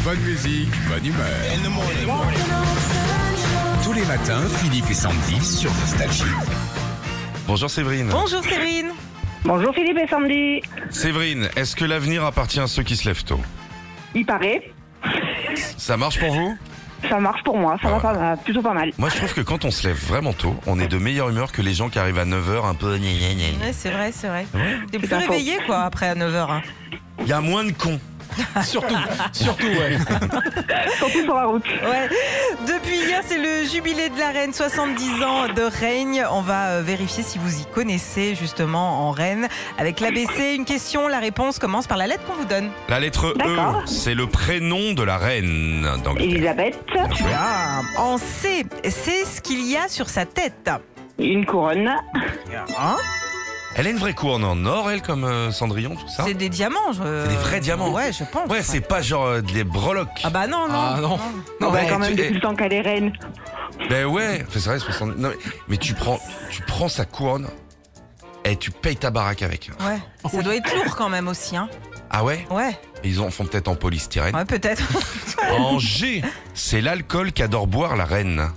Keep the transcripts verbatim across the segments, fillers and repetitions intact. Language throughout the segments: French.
Bonne musique, bonne humeur. Tous les matins, Philippe et Sandy sur Nostalgie. Bonjour Séverine. Bonjour Séverine. Bonjour Philippe et Sandy. Séverine, est-ce que l'avenir appartient à ceux qui se lèvent tôt? Il paraît, Ça marche pour vous? ça marche pour moi, ça Ah va ouais. pas mal, plutôt pas mal. Moi je trouve que quand on se lève vraiment tôt, on est de meilleure humeur que les gens qui arrivent à neuf heures un peu gna gna gna. Ouais, c'est vrai, c'est vrai. T'es plus C'est pas faux. réveillé quoi après à neuf heures. Il y a moins de cons. Surtout, surtout, ouais. Surtout sur la route. Ouais. Depuis hier, c'est le jubilé de la reine, soixante-dix ans de règne. On va euh, vérifier si vous y connaissez justement en reine. Avec l'A B C, une question, la réponse commence par la lettre qu'on vous donne. La lettre D'accord. E, c'est le prénom de la reine d'Angleterre. Elisabeth, Ah, en C, c'est ce qu'il y a sur sa tête. une couronne, Hein Elle a une vraie couronne en or, elle, comme euh, Cendrillon, tout ça? C'est des diamants. Je... C'est des vrais diamants. Ouais, je pense. Ouais, c'est pas genre euh, des breloques. Ah bah non, non. Ah non. on Ouais, va quand tu- même eh, depuis le temps qu'elle est reine. Ben ouais, c'est vrai, soixante. Non, mais, mais tu prends, tu prends sa couronne et tu payes ta baraque avec. Ouais, ça doit être lourd quand même aussi, hein. Ah ouais? Ouais, Ils en font peut-être en polystyrène. ouais peut-être. En G, c'est l'alcool qu'adore boire la reine.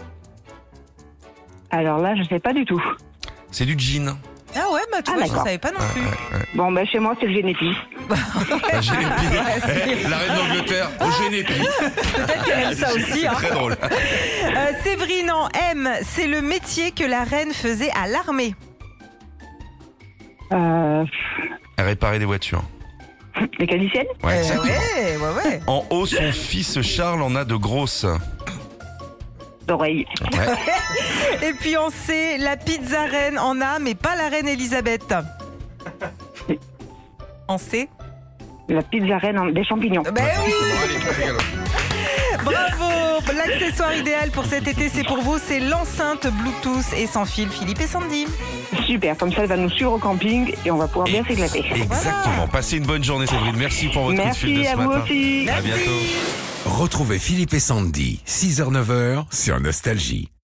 Alors là, je sais pas du tout. C'est du gin. Ah ouais, bah tu Ah, vois, je d'accord. savais pas non plus. Bon, ben chez moi, c'est le Génépi. La Génépi. Eh, la reine d'Angleterre au Génépi. Peut-être qu'elle aime ça aussi, hein. Très drôle. Euh, Séverine en M, c'est le métier que la reine faisait à l'armée. Euh, Elle réparait des voitures. mécanicienne, Ouais, Euh, exactement. ouais, ouais, ouais. En haut, son fils Charles en a de grosses. d'oreille. Ouais. Et puis on sait, la pizza reine en a, mais pas la reine Elisabeth. On sait. La pizza reine en- des champignons. Ben oui, Allez, très rigolo. bravo. L'accessoire idéal pour cet été, c'est pour vous, c'est l'enceinte Bluetooth et sans fil Philippe et Sandy. Super, comme ça, elle va nous suivre au camping et on va pouvoir bien s'éclater. Exactement. Passez une bonne journée, Séverine. Merci pour votre coup de fil de Merci ce à vous matin. aussi. À bientôt. Retrouvez Philippe et Sandy, six heures neuf heures sur Nostalgie.